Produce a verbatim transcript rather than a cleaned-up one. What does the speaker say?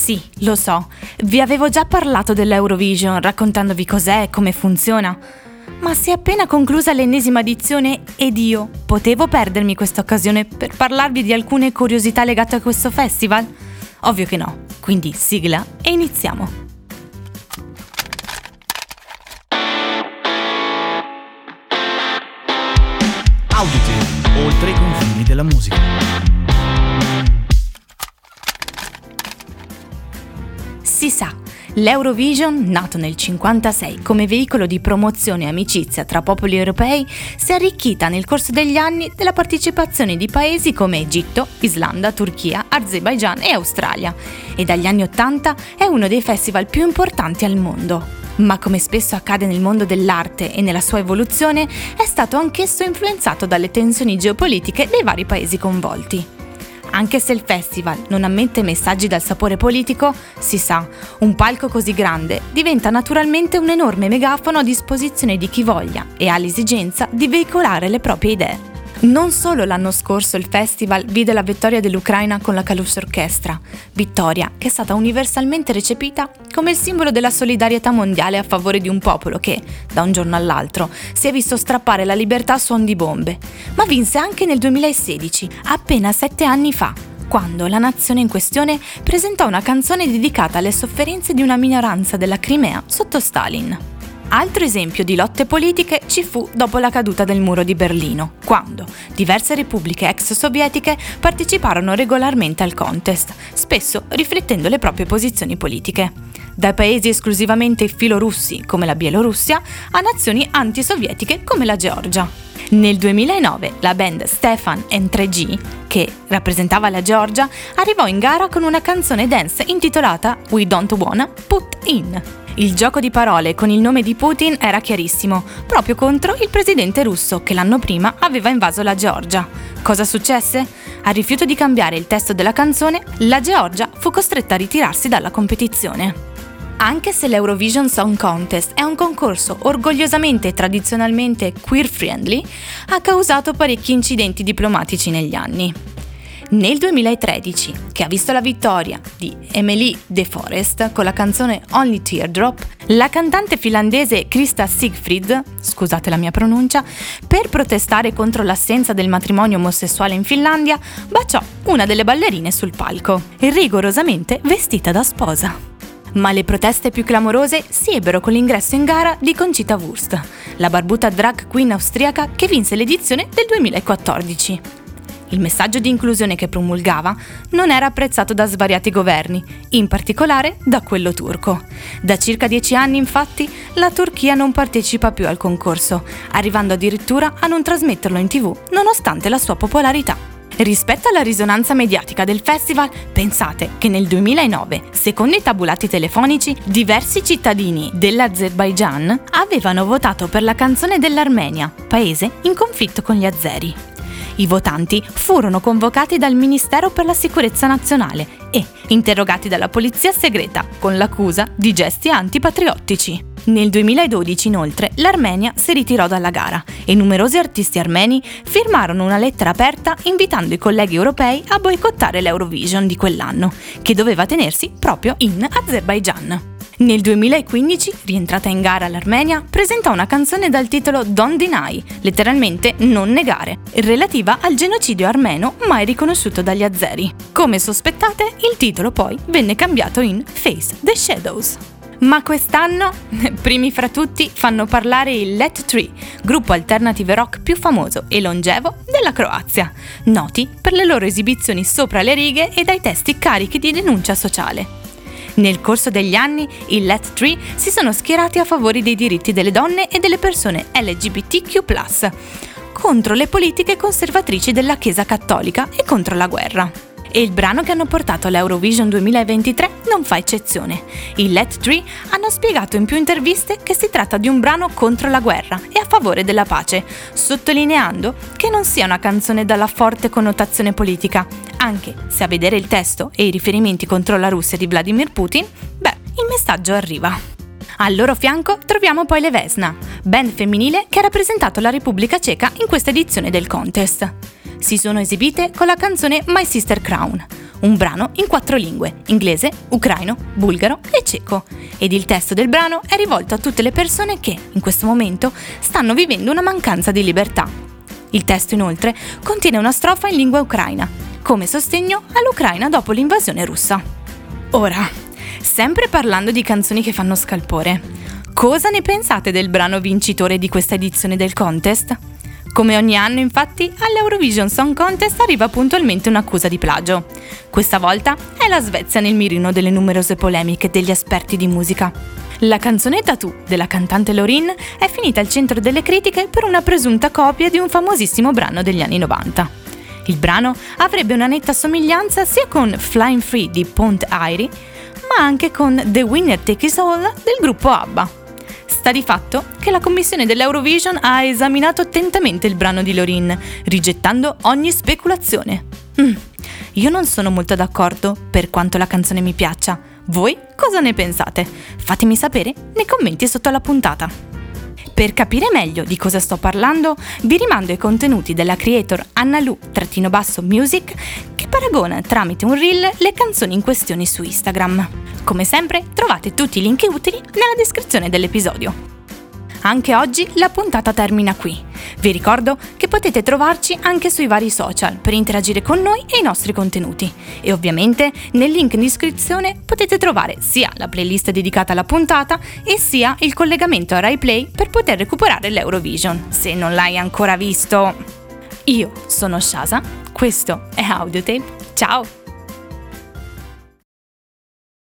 Sì, lo so, vi avevo già parlato dell'Eurovision raccontandovi cos'è e come funziona, ma si è appena conclusa l'ennesima edizione ed io potevo perdermi questa occasione per parlarvi di alcune curiosità legate a questo festival? Ovvio che no, quindi sigla e iniziamo. Auditive, oltre i confini della musica. Si sa, l'Eurovision, nato nel cinquantasei come veicolo di promozione e amicizia tra popoli europei, si è arricchita nel corso degli anni della partecipazione di paesi come Egitto, Islanda, Turchia, Azerbaigian e Australia, e dagli anni Ottanta è uno dei festival più importanti al mondo. Ma come spesso accade nel mondo dell'arte e nella sua evoluzione, è stato anch'esso influenzato dalle tensioni geopolitiche dei vari paesi coinvolti. Anche se il festival non ammette messaggi dal sapore politico, si sa, un palco così grande diventa naturalmente un enorme megafono a disposizione di chi voglia e ha l'esigenza di veicolare le proprie idee. Non solo l'anno scorso il festival vide la vittoria dell'Ucraina con la Kalush Orchestra, vittoria che è stata universalmente recepita come il simbolo della solidarietà mondiale a favore di un popolo che, da un giorno all'altro, si è visto strappare la libertà a suon di bombe, ma vinse anche nel duemilasedici, appena sette anni fa, quando la nazione in questione presentò una canzone dedicata alle sofferenze di una minoranza della Crimea sotto Stalin. Altro esempio di lotte politiche ci fu dopo la caduta del muro di Berlino, quando diverse repubbliche ex sovietiche parteciparono regolarmente al contest, spesso riflettendo le proprie posizioni politiche. Da paesi esclusivamente filorussi come la Bielorussia a nazioni antisovietiche come la Georgia. Nel duemilanove la band Stefan and tre G, che rappresentava la Georgia, arrivò in gara con una canzone dance intitolata We Don't Wanna Put In. Il gioco di parole con il nome di Putin era chiarissimo, proprio contro il presidente russo che l'anno prima aveva invaso la Georgia. Cosa successe? A rifiuto di cambiare il testo della canzone, la Georgia fu costretta a ritirarsi dalla competizione. Anche se l'Eurovision Song Contest è un concorso orgogliosamente e tradizionalmente queer-friendly, ha causato parecchi incidenti diplomatici negli anni. Nel duemilatredici, che ha visto la vittoria di Emily De Forest con la canzone Only Teardrop, la cantante finlandese Krista Sigfrid, scusate la mia pronuncia, per protestare contro l'assenza del matrimonio omosessuale in Finlandia, baciò una delle ballerine sul palco, rigorosamente vestita da sposa. Ma le proteste più clamorose si ebbero con l'ingresso in gara di Conchita Wurst, la barbuta drag queen austriaca che vinse l'edizione del duemilaquattordici. Il messaggio di inclusione che promulgava non era apprezzato da svariati governi, in particolare da quello turco. Da circa dieci anni, infatti, la Turchia non partecipa più al concorso, arrivando addirittura a non trasmetterlo in tivù nonostante la sua popolarità. Rispetto alla risonanza mediatica del festival, pensate che nel duemilanove, secondo i tabulati telefonici, diversi cittadini dell'Azerbaigian avevano votato per la canzone dell'Armenia, paese in conflitto con gli azeri. I votanti furono convocati dal Ministero per la Sicurezza Nazionale e interrogati dalla polizia segreta con l'accusa di gesti antipatriottici. Nel duemiladodici, inoltre, l'Armenia si ritirò dalla gara e numerosi artisti armeni firmarono una lettera aperta invitando i colleghi europei a boicottare l'Eurovision di quell'anno, che doveva tenersi proprio in Azerbaigian. Nel duemilaquindici, rientrata in gara l'Armenia, presentò una canzone dal titolo Don't Deny, letteralmente non negare, relativa al genocidio armeno mai riconosciuto dagli azeri. Come sospettate, il titolo poi venne cambiato in Face the Shadows. Ma quest'anno, primi fra tutti, fanno parlare il Let tre, gruppo alternative rock più famoso e longevo della Croazia, noti per le loro esibizioni sopra le righe e dai testi carichi di denuncia sociale. Nel corso degli anni, i Let tre si sono schierati a favore dei diritti delle donne e delle persone L G B T Q plus, contro le politiche conservatrici della Chiesa cattolica e contro la guerra. E il brano che hanno portato all'Eurovision duemilaventitré non fa eccezione. I Let tre hanno spiegato in più interviste che si tratta di un brano contro la guerra e a favore della pace, sottolineando che non sia una canzone dalla forte connotazione politica, anche se a vedere il testo e i riferimenti contro la Russia di Vladimir Putin, beh, il messaggio arriva. Al loro fianco troviamo poi le Vesna, band femminile che ha rappresentato la Repubblica Ceca in questa edizione del contest. Si sono esibite con la canzone My Sister Crown, un brano in quattro lingue: inglese, ucraino, bulgaro e ceco. Ed il testo del brano è rivolto a tutte le persone che, in questo momento, stanno vivendo una mancanza di libertà. Il testo, inoltre, contiene una strofa in lingua ucraina, come sostegno all'Ucraina dopo l'invasione russa. Ora, sempre parlando di canzoni che fanno scalpore, cosa ne pensate del brano vincitore di questa edizione del contest? Come ogni anno, infatti, all'Eurovision Song Contest arriva puntualmente un'accusa di plagio. Questa volta è la Svezia nel mirino delle numerose polemiche degli esperti di musica. La canzone Tattoo della cantante Loreen è finita al centro delle critiche per una presunta copia di un famosissimo brano degli anni novanta. Il brano avrebbe una netta somiglianza sia con Flying Free di Pont Airy, ma anche con The Winner Takes It All del gruppo ABBA. Sta di fatto che la commissione dell'Eurovision ha esaminato attentamente il brano di Loreen, rigettando ogni speculazione. Mm, io non sono molto d'accordo per quanto la canzone mi piaccia. Voi cosa ne pensate? Fatemi sapere nei commenti sotto la puntata. Per capire meglio di cosa sto parlando, vi rimando ai contenuti della creator Annalu-Music, che paragona tramite un reel le canzoni in questione su Instagram. Come sempre, trovate tutti i link utili nella descrizione dell'episodio. Anche oggi la puntata termina qui. Vi ricordo che potete trovarci anche sui vari social per interagire con noi e i nostri contenuti. E ovviamente nel link in descrizione potete trovare sia la playlist dedicata alla puntata e sia il collegamento a RaiPlay per poter recuperare l'Eurovision, se non l'hai ancora visto. Io sono Shasa, questo è Audiotape, ciao!